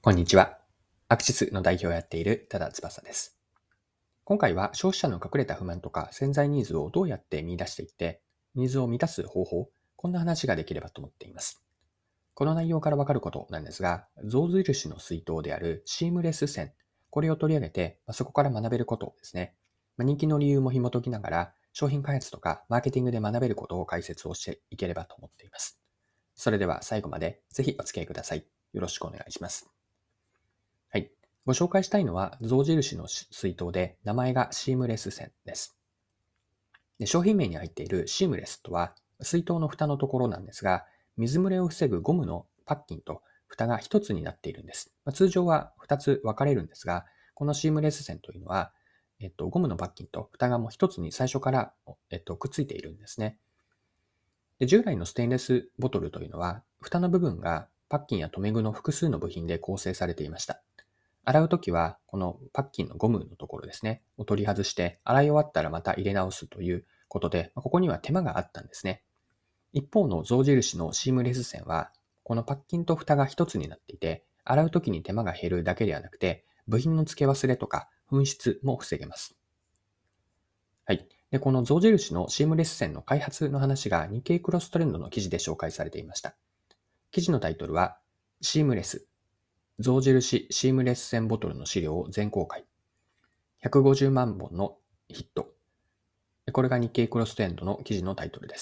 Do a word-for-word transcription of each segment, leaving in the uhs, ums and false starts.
こんにちは。アクシスの代表をやっている多田翼です。今回は消費者の隠れた不満とか潜在ニーズをどうやって見出していって、ニーズを満たす方法、こんな話ができればと思っています。この内容からわかることなんですが、象印の水筒であるシームレス線、これを取り上げて、そこから学べることですね。人気の理由も紐解きながら、商品開発とかマーケティングで学べることを解説をしていければと思っています。それでは最後までぜひお付き合いください。よろしくお願いします。はい。ご紹介したいのは、象印の水筒で、名前がシームレス線です。で、商品名に入っているシームレスとは、水筒の蓋のところなんですが、水漏れを防ぐゴムのパッキンと蓋が一つになっているんです。まあ、通常は二つ分かれるんですが、このシームレス線というのは、えっと、ゴムのパッキンと蓋がもう一つに最初から、えっと、くっついているんですね。で、従来のステンレスボトルというのは、蓋の部分がパッキンや留め具の複数の部品で構成されていました。洗うときは、このパッキンのゴムのところですね、を取り外して、洗い終わったらまた入れ直すということで、ここには手間があったんですね。一方の象印のシームレス線は、このパッキンと蓋が一つになっていて、洗うときに手間が減るだけではなくて、部品の付け忘れとか紛失も防げます。はい。で、この象印のシームレス線の開発の話が日経クロストレンドの記事で紹介されていました。記事のタイトルは、シームレス象印シームレス線ボトルの資料を全公開。ひゃくごじゅうまんぼんのヒット。これが日経クロストレンドの記事のタイトルです。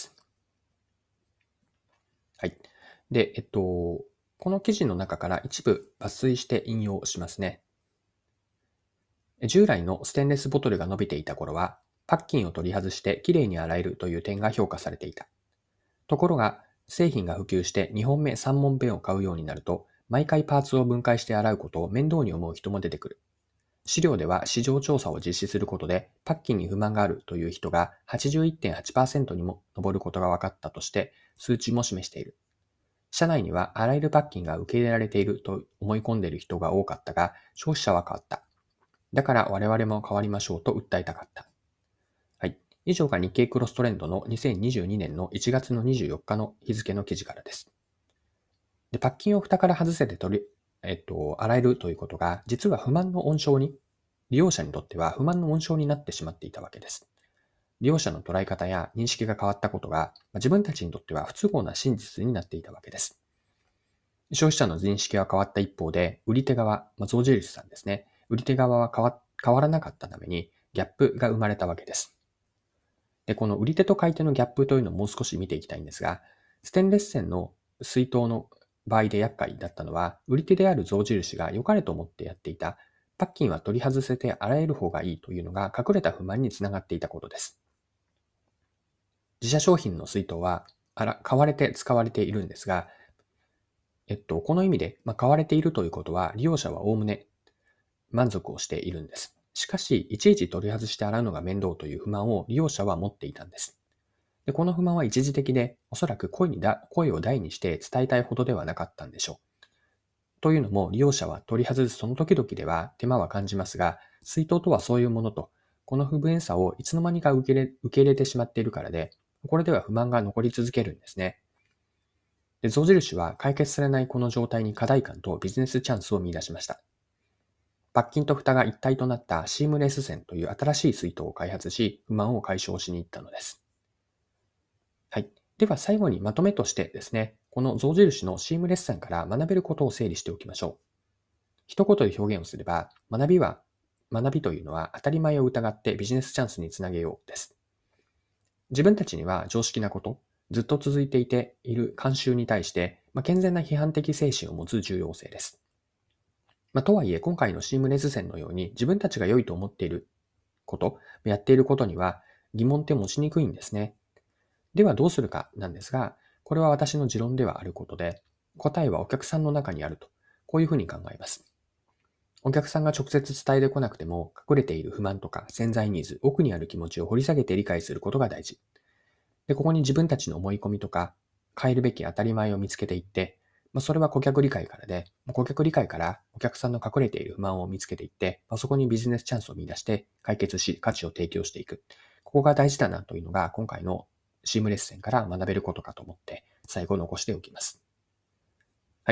はい。で、えっと、この記事の中から一部抜粋して引用しますね。従来のステンレスボトルが伸びていた頃は、パッキンを取り外してきれいに洗えるという点が評価されていた。ところが、製品が普及してにほんめ、さんぼんめを買うようになると、毎回パーツを分解して洗うことを面倒に思う人も出てくる。資料では市場調査を実施することで、パッキンに不満があるという人が はちじゅういってんはちパーセント にも上ることが分かったとして、数値も示している。社内にはあらゆるパッキンが受け入れられていると思い込んでいる人が多かったが、消費者は変わった。だから我々も変わりましょうと訴えたかった。はい。以上が日経クロストレンドのにせんにじゅうにねんのいちがつのにじゅうよっかの日付の記事からです。で、パッキンを蓋から外せて取り、えっと、洗えるということが、実は不満の温床に、利用者にとっては不満の温床になってしまっていたわけです。利用者の捉え方や認識が変わったことが、自分たちにとっては不都合な真実になっていたわけです。消費者の認識が変わった一方で、売り手側、まあ、象印さんですね。売り手側は変わ変わらなかったために、ギャップが生まれたわけです。で、この売り手と買い手のギャップというのをもう少し見ていきたいんですが、ステンレス線の水筒の場合で厄介だったのは、売り手である象印が良かれと思ってやっていた、パッキンは取り外せて洗える方がいいというのが隠れた不満につながっていたことです。自社商品の水筒は、あら、買われて使われているんですが、えっと、この意味で、まあ、買われているということは、利用者はおおむね満足をしているんです。しかし、いちいち取り外して洗うのが面倒という不満を利用者は持っていたんです。で、この不満は一時的で、おそらく声にだ声を大にして伝えたいほどではなかったんでしょう。というのも、利用者は取り外すその時々では手間は感じますが、水筒とはそういうものと、この不便さをいつの間にか受け入れ受け入れてしまっているからで、これでは不満が残り続けるんですね。で、象印は解決されないこの状態に課題感とビジネスチャンスを見出しました。パッキンと蓋が一体となったシームレス線という新しい水筒を開発し、不満を解消しに行ったのです。はい。では最後にまとめとしてですね、この象印のシームレス線から学べることを整理しておきましょう。一言で表現をすれば、学びは、学びというのは当たり前を疑ってビジネスチャンスにつなげようです。自分たちには常識なこと、ずっと続いていている慣習に対して、まあ、健全な批判的精神を持つ重要性です。まあ、とはいえ、今回のシームレス線のように自分たちが良いと思っていること、やっていることには疑問って持ちにくいんですね。ではどうするかなんですが、これは私の持論ではあることで、答えはお客さんの中にあると、こういうふうに考えます。お客さんが直接伝えてこなくても、隠れている不満とか潜在ニーズ、奥にある気持ちを掘り下げて理解することが大事。で、ここに自分たちの思い込みとか、変えるべき当たり前を見つけていって、まあ、それは顧客理解からで、顧客理解からお客さんの隠れている不満を見つけていって、まあ、そこにビジネスチャンスを見出して解決し、価値を提供していく。ここが大事だなというのが、今回のシームレス線から学べることかと思って、最後残しておきます。はい。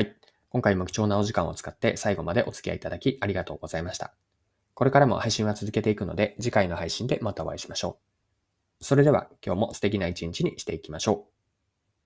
今回も貴重なお時間を使って最後までお付き合いいただきありがとうございました。これからも配信は続けていくので、次回の配信でまたお会いしましょう。それでは今日も素敵な一日にしていきましょう。